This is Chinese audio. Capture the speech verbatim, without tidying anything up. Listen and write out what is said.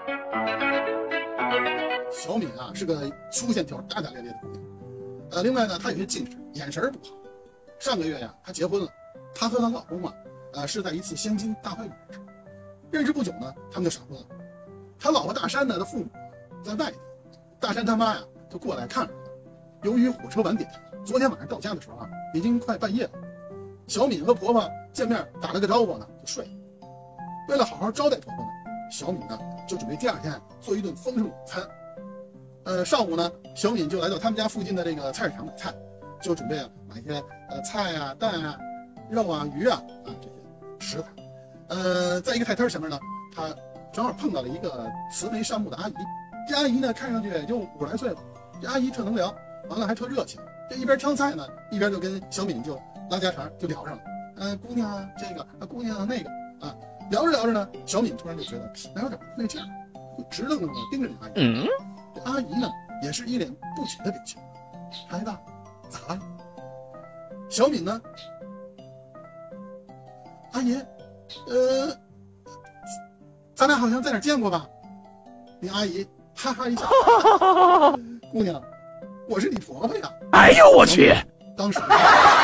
小敏啊是个粗线条、大大咧咧的姑娘，呃，另外呢，她有些近视，眼神不好。上个月呀，她结婚了，她和她老公啊，呃，是在一次相亲大会上认识，认识不久呢，他们就闪婚了。她老婆大山呢的父母在外地，大山他妈呀就过来看着她。由于火车晚点，昨天晚上到家的时候啊，已经快半夜了。小敏和婆婆见面打了个招呼呢，就睡了。为了好好招待婆婆呢，小敏呢就准备第二天做一顿丰盛午餐。呃，上午呢，小敏就来到他们家附近的这个菜市场买菜，就准备啊买一些呃菜啊、蛋啊、肉啊、鱼啊啊这些食材。呃，在一个菜摊前面呢，她正好碰到了一个慈眉善目的阿姨。这阿姨呢，看上去也就五十来岁了。这阿姨特能聊，完了还特热情。这一边挑菜呢，一边就跟小敏就拉家常，就聊上了。呃，姑娘啊，这个啊，姑娘啊，那个啊，聊着聊着呢，小敏突然就觉得脾气有点不对劲儿，就直愣愣的盯着这阿姨。嗯这阿姨呢，也是一脸不解的表情。孩子，咋了？小敏呢？阿姨，呃，咱俩好像在哪儿见过吧？那阿姨哈哈一笑，姑娘，我是你婆婆呀！ 哎呦我去！ 当时